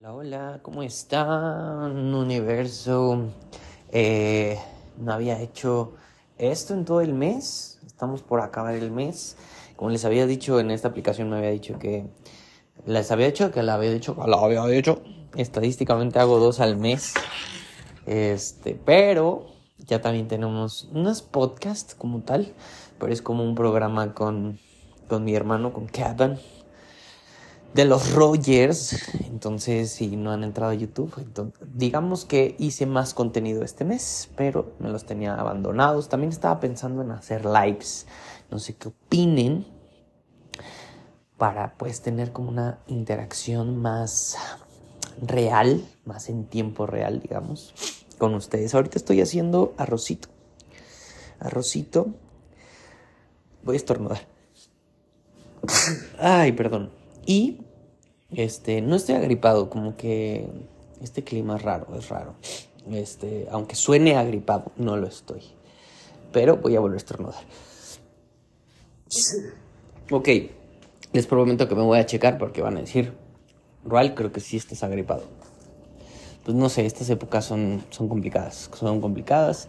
Hola, hola, ¿cómo están, universo? No había hecho esto en todo el mes. Estamos por acabar el mes. Como les había dicho en esta aplicación, me había dicho que la había dicho. Estadísticamente hago 2 al mes. Pero ya también tenemos unos podcasts como tal, pero es como un programa con mi hermano, con Kevin de los Rogers. Entonces, si no han entrado a YouTube, digamos que hice más contenido este mes, pero me los tenía abandonados. También estaba pensando en hacer lives. No sé qué opinen, para pues tener como una interacción más real, más en tiempo real, digamos, con ustedes. Ahorita estoy haciendo arrocito. Voy a estornudar. Ay, perdón. Y no estoy agripado, como que este clima es raro. Aunque suene agripado, no lo estoy. Pero voy a volver a estornudar. Ok, les prometo que me voy a checar porque van a decir, Rual, creo que sí estás agripado. Pues no sé, estas épocas son complicadas.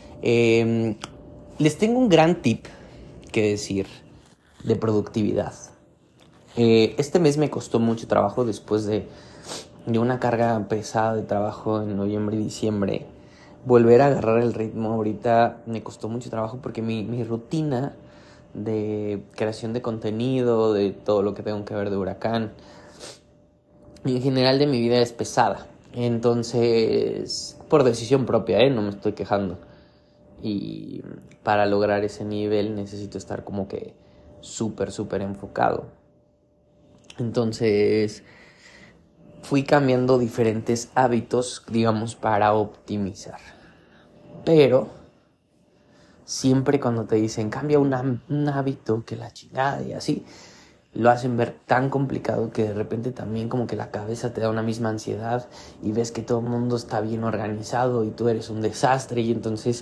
Les tengo un gran tip que decir de productividad. Este mes me costó mucho trabajo después de una carga pesada de trabajo en noviembre y diciembre. Volver a agarrar el ritmo ahorita me costó mucho trabajo porque mi rutina de creación de contenido, de todo lo que tengo que ver de Huracán, y en general de mi vida es pesada. Entonces, por decisión propia, no me estoy quejando. Y para lograr ese nivel necesito estar como que súper enfocado. Entonces fui cambiando diferentes hábitos, digamos, para optimizar. Pero siempre cuando te dicen cambia un hábito, que la chingada y así, lo hacen ver tan complicado que de repente también como que la cabeza te da una misma ansiedad y ves que todo el mundo está bien organizado y tú eres un desastre y entonces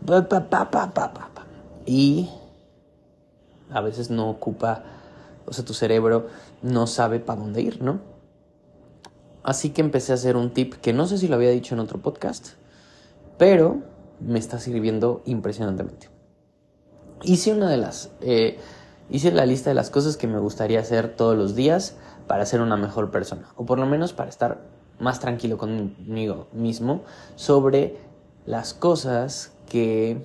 y a veces no ocupa, o sea, tu cerebro no sabe para dónde ir, ¿no? Así que empecé a hacer un tip que no sé si lo había dicho en otro podcast, pero me está sirviendo impresionantemente. Hice la lista de las cosas que me gustaría hacer todos los días para ser una mejor persona, o por lo menos para estar más tranquilo conmigo mismo sobre las cosas que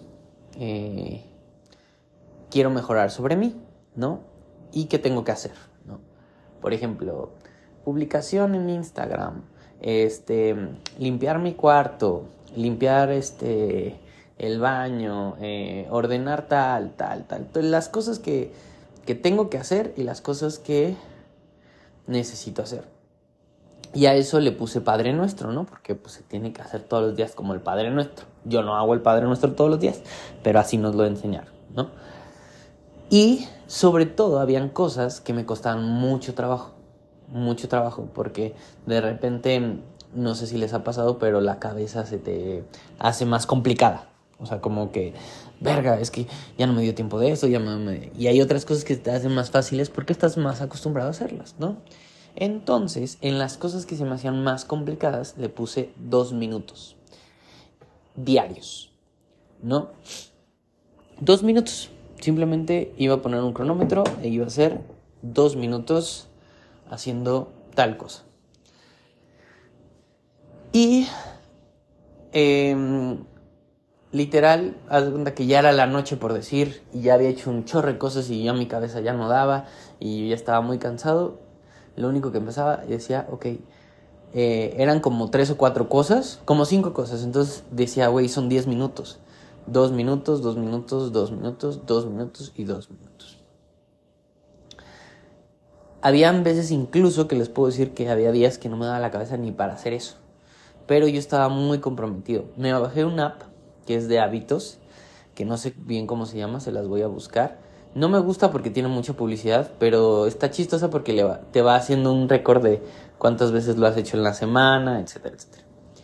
quiero mejorar sobre mí, ¿no? Y qué tengo que hacer, ¿no? Por ejemplo, publicación en Instagram, limpiar mi cuarto, limpiar el baño, ordenar tal. Las cosas que tengo que hacer y las cosas que necesito hacer. Y a eso le puse Padre Nuestro, ¿no? Porque pues se tiene que hacer todos los días como el Padre Nuestro. Yo no hago el Padre Nuestro todos los días, pero así nos lo enseñaron, ¿no? Y sobre todo habían cosas que me costaban mucho trabajo, porque de repente, no sé si les ha pasado, pero la cabeza se te hace más complicada. O sea, como que, verga, es que ya no me dio tiempo de eso, y hay otras cosas que te hacen más fáciles porque estás más acostumbrado a hacerlas, ¿no? Entonces, en las cosas que se me hacían más complicadas, le puse 2 minutos diarios, ¿no? 2 minutos. Simplemente iba a poner un cronómetro e iba a hacer 2 minutos haciendo tal cosa. Y literal, haz de cuenta que ya era la noche por decir, y ya había hecho un chorro de cosas y ya mi cabeza ya no daba y ya estaba muy cansado. Lo único que empezaba y decía, ok, eran como 3 o 4 cosas, como 5 cosas. Entonces decía, güey, son 10 minutos. 2 minutos, 2 minutos, 2 minutos, 2 minutos y 2 minutos. Habían veces incluso que les puedo decir que había días que no me daba la cabeza ni para hacer eso. Pero yo estaba muy comprometido. Me bajé una app que es de hábitos, que no sé bien cómo se llama, se las voy a buscar. No me gusta porque tiene mucha publicidad, pero está chistosa porque te va haciendo un récord de cuántas veces lo has hecho en la semana, etcétera, etcétera.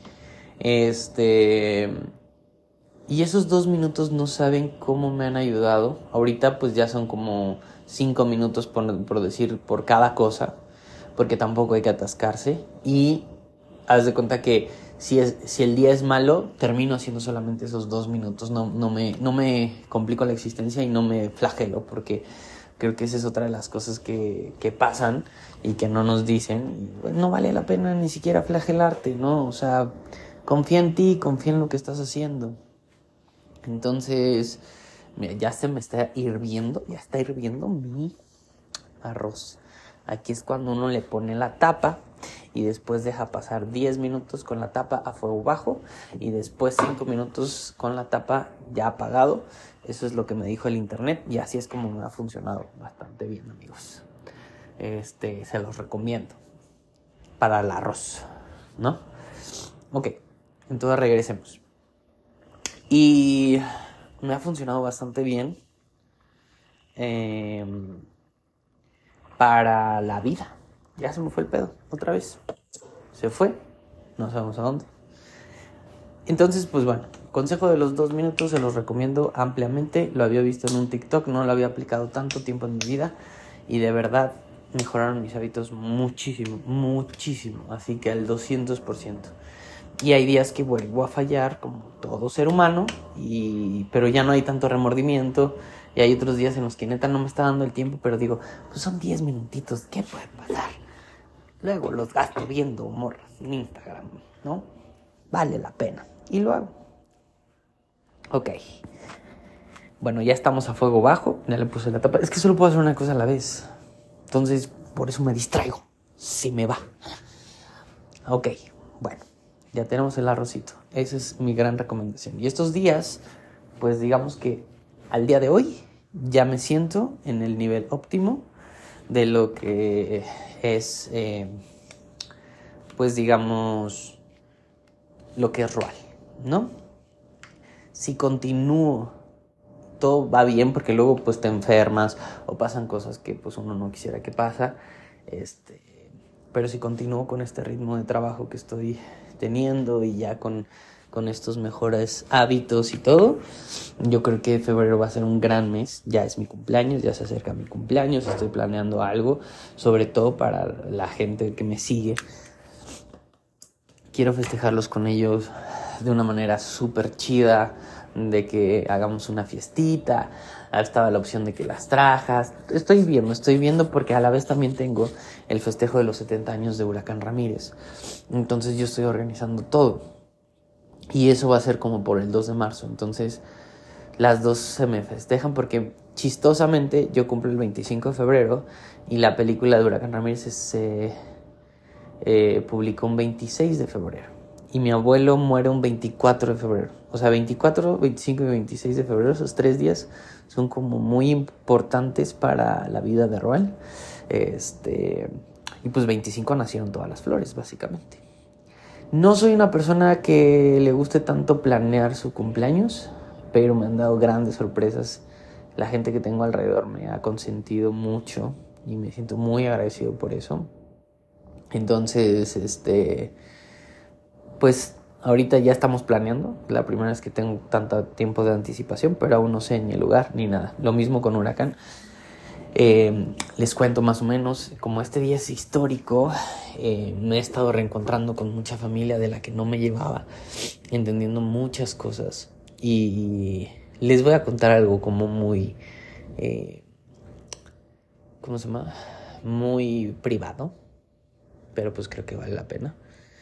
Y esos 2 minutos no saben cómo me han ayudado. Ahorita pues ya son como 5 minutos por decir por cada cosa. porque tampoco hay que atascarse. Y haz de cuenta que si el día es malo, termino haciendo solamente esos 2 minutos. No me complico la existencia y no me flagelo, porque creo que esa es otra de las cosas que pasan y que no nos dicen. Y no vale la pena ni siquiera flagelarte, ¿no? O sea, confía en ti, confía en lo que estás haciendo. Entonces, mira, ya está hirviendo mi arroz. Aquí es cuando uno le pone la tapa y después deja pasar 10 minutos con la tapa a fuego bajo y después 5 minutos con la tapa ya apagado. Eso es lo que me dijo el internet y así es como me ha funcionado bastante bien, amigos. Se los recomiendo para el arroz, ¿no? Ok, entonces regresemos. Y me ha funcionado bastante bien para la vida. Ya se me fue el pedo, otra vez. Se fue, no sabemos a dónde. Entonces, pues bueno, consejo de los 2 minutos se los recomiendo ampliamente. Lo había visto en un TikTok, no lo había aplicado tanto tiempo en mi vida. Y de verdad mejoraron mis hábitos muchísimo, muchísimo. Así que al 200%. Y hay días que vuelvo a fallar, como todo ser humano, pero ya no hay tanto remordimiento. Y hay otros días en los que neta no me está dando el tiempo, pero digo, pues son 10 minutitos, ¿qué puede pasar? Luego los gasto viendo morras en Instagram, ¿no? Vale la pena. Y lo hago. Ok. Bueno, ya estamos a fuego bajo. Ya le puse la tapa. Es que solo puedo hacer una cosa a la vez. Entonces, por eso me distraigo. Si me va. Ok. Bueno, ya tenemos el arrocito. Esa es mi gran recomendación. Y estos días, pues digamos que al día de hoy ya me siento en el nivel óptimo de lo que es, pues digamos, lo que es real, ¿no? Si continúo, todo va bien, porque luego pues te enfermas o pasan cosas que pues uno no quisiera que pasa, pero si continúo con este ritmo de trabajo que estoy teniendo y ya con estos mejores hábitos y todo, yo creo que febrero va a ser un gran mes. Ya es mi cumpleaños, ya se acerca mi cumpleaños, estoy planeando algo, sobre todo para la gente que me sigue. Quiero festejarlos con ellos de una manera súper chida, de que hagamos una fiestita. Estaba la opción de que las trajas. Estoy viendo porque a la vez también tengo el festejo de los 70 años de Huracán Ramírez. Entonces yo estoy organizando todo. Y eso va a ser como por el 2 de marzo. Entonces las dos se me festejan porque chistosamente yo cumplo el 25 de febrero y la película de Huracán Ramírez se publicó un 26 de febrero. Y mi abuelo muere un 24 de febrero. O sea, 24, 25 y 26 de febrero, esos 3 días son como muy importantes para la vida de Roel. Y pues 25 nacieron todas las flores, básicamente. No soy una persona que le guste tanto planear su cumpleaños, pero me han dado grandes sorpresas. La gente que tengo alrededor me ha consentido mucho y me siento muy agradecido por eso. Entonces, pues ahorita ya estamos planeando. La primera vez que tengo tanto tiempo de anticipación, pero aún no sé ni el lugar ni nada. Lo mismo con Huracán. Les cuento más o menos, como este día es histórico, me he estado reencontrando con mucha familia de la que no me llevaba, entendiendo muchas cosas, y les voy a contar algo como muy, ¿cómo se llama? Muy privado, pero pues creo que vale la pena.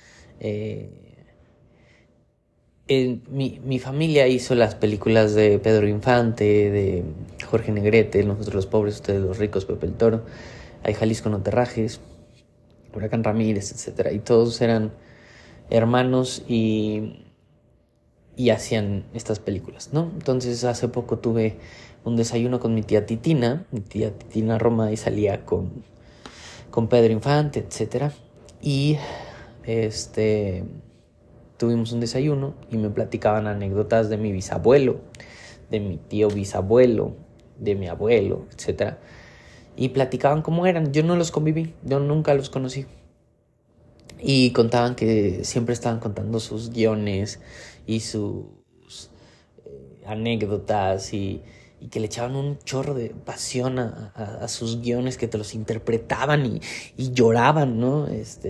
Mi familia hizo las películas de Pedro Infante, de Jorge Negrete, Nosotros los pobres, ustedes los ricos, Pepe el Toro, Hay Jalisco no te rajes, Huracán Ramírez, etc. Y todos eran hermanos y hacían estas películas, ¿no? Entonces hace poco tuve un desayuno con mi tía Titina Roma, y salía con Pedro Infante, etc. Y tuvimos un desayuno y me platicaban anécdotas de mi bisabuelo, de mi tío bisabuelo, de mi abuelo, etc. Y platicaban cómo eran. Yo no los conviví, yo nunca los conocí. Y contaban que siempre estaban contando sus guiones y sus anécdotas y y que le echaban un chorro de pasión a sus guiones, que te los interpretaban y lloraban, ¿no?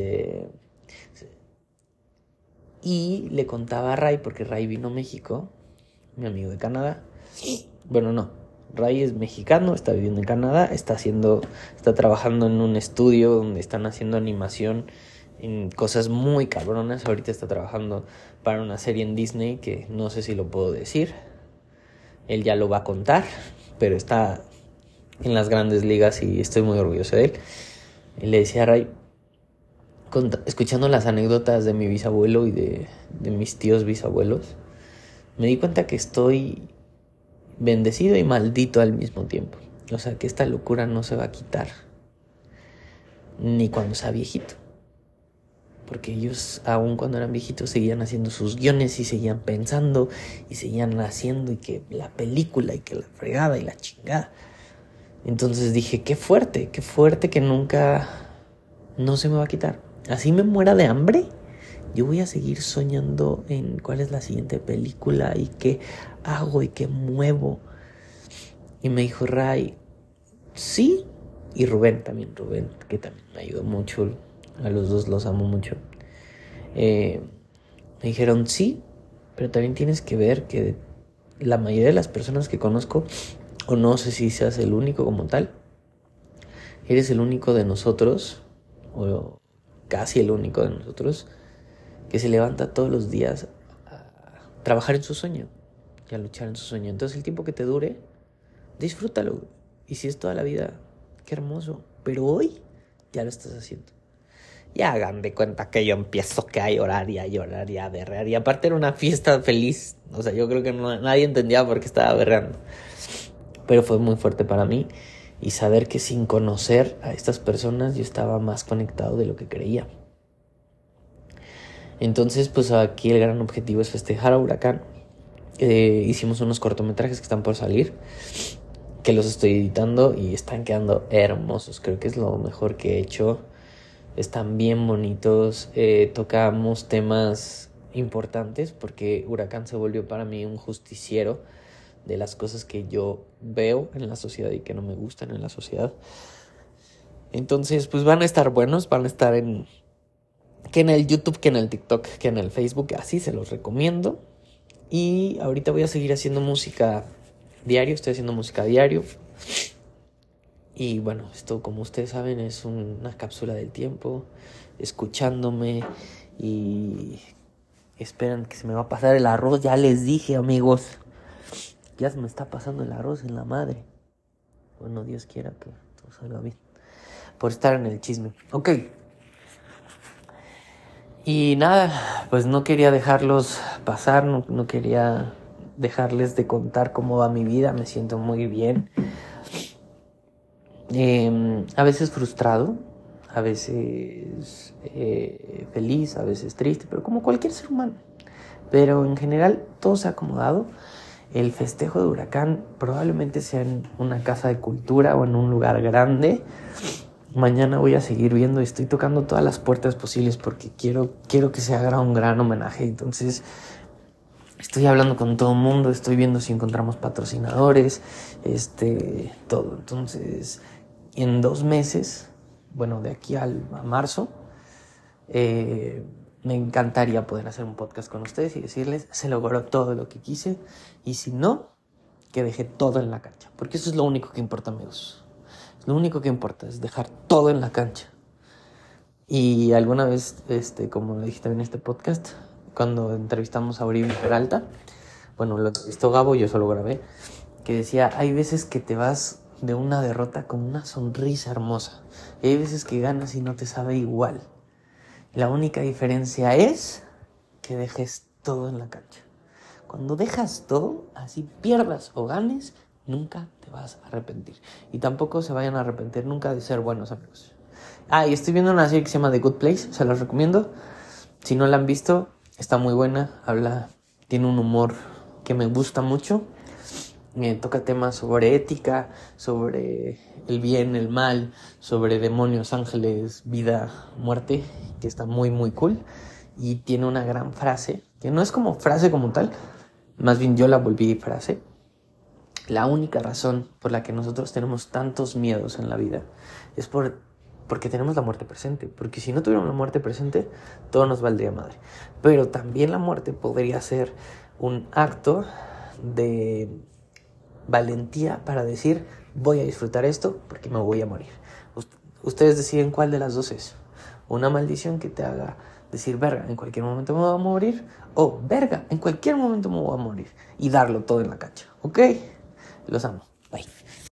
Y le contaba a Ray, porque Ray vino a México, mi amigo de Canadá. Bueno, no, Ray es mexicano, está viviendo en Canadá, está trabajando en un estudio donde están haciendo animación en cosas muy cabronas. Ahorita está trabajando para una serie en Disney que no sé si lo puedo decir. Él ya lo va a contar, pero está en las grandes ligas y estoy muy orgulloso de él. Y le decía a Ray, escuchando las anécdotas de mi bisabuelo y de mis tíos bisabuelos, me di cuenta que estoy bendecido y maldito al mismo tiempo. O sea, que esta locura no se va a quitar ni cuando sea viejito, porque ellos, aun cuando eran viejitos, seguían haciendo sus guiones y seguían pensando y seguían haciendo, y que la película y que la fregada y la chingada. Entonces dije, qué fuerte que nunca, no se me va a quitar. Así me muera de hambre, yo voy a seguir soñando en cuál es la siguiente película y qué hago y qué muevo. Y me dijo Ray, sí. Y Rubén, que también me ayudó mucho. A los dos los amo mucho. Me dijeron, sí, pero también tienes que ver que la mayoría de las personas que conozco, o no sé si seas el único como tal, eres el único de nosotros, o casi el único de nosotros, que se levanta todos los días a trabajar en su sueño y a luchar en su sueño. Entonces el tiempo que te dure, disfrútalo. Y si es toda la vida, qué hermoso. Pero hoy ya lo estás haciendo. Ya hagan de cuenta que yo empiezo a llorar y a berrear. Y aparte era una fiesta feliz. O sea, yo creo que nadie entendía por qué estaba berreando. Pero fue muy fuerte para mí. Y saber que sin conocer a estas personas yo estaba más conectado de lo que creía. Entonces, pues aquí el gran objetivo es festejar a Huracán. Hicimos unos cortometrajes que están por salir, que los estoy editando y están quedando hermosos. Creo que es lo mejor que he hecho. Están bien bonitos. Tocamos temas importantes, porque Huracán se volvió para mí un justiciero de las cosas que yo veo en la sociedad y que no me gustan en la sociedad. Entonces, pues van a estar buenos. Van a estar que en el YouTube, que en el TikTok, que en el Facebook. Así se los recomiendo. Y ahorita voy a seguir haciendo música diario. Estoy haciendo música diario. Y bueno, esto, como ustedes saben, es una cápsula del tiempo. Escuchándome. Y esperan que se me va a pasar el arroz. Ya les dije, amigos. Ya se me está pasando el arroz en la madre. Bueno, Dios quiera que todo salga bien. Por estar en el chisme. Ok. Y nada, pues no quería dejarlos pasar, no quería dejarles de contar cómo va mi vida. Me siento muy bien. A veces frustrado, a veces feliz, a veces triste, pero como cualquier ser humano. Pero en general todo se ha acomodado. El festejo de Huracán probablemente sea en una casa de cultura o en un lugar grande. Mañana voy a seguir viendo y estoy tocando todas las puertas posibles, porque quiero que se haga un gran homenaje. Entonces estoy hablando con todo el mundo, estoy viendo si encontramos patrocinadores, todo. Entonces en 2 meses, bueno, de aquí a marzo, me encantaría poder hacer un podcast con ustedes y decirles, se logró todo lo que quise, y si no, que dejé todo en la cancha, porque eso es lo único que importa, amigos. Lo único que importa es dejar todo en la cancha. Y alguna vez, como lo dije también en este podcast, cuando entrevistamos a Uribe Peralta, bueno, lo entrevistó Gabo, yo solo grabé, que decía, hay veces que te vas de una derrota con una sonrisa hermosa, y hay veces que ganas y no te sabe igual. La única diferencia es que dejes todo en la cancha. Cuando dejas todo, así pierdas o ganes, nunca te vas a arrepentir. Y tampoco se vayan a arrepentir nunca de ser buenos amigos. Y estoy viendo una serie que se llama The Good Place. Se las recomiendo. Si no la han visto, está muy buena. Tiene un humor que me gusta mucho. Toca temas sobre ética, sobre el bien, el mal, sobre demonios, ángeles, vida, muerte, que está muy, muy cool. Y tiene una gran frase, que no es como frase como tal, más bien yo la volví frase. La única razón por la que nosotros tenemos tantos miedos en la vida es porque tenemos la muerte presente. Porque si no tuviéramos la muerte presente, todo nos valdría madre. Pero también la muerte podría ser un acto de valentía para decir, voy a disfrutar esto porque me voy a morir. Ustedes deciden cuál de las dos es. Una maldición que te haga decir, verga, en cualquier momento me voy a morir. O, verga, en cualquier momento me voy a morir. Y darlo todo en la cancha. ¿Ok? Los amo. Bye.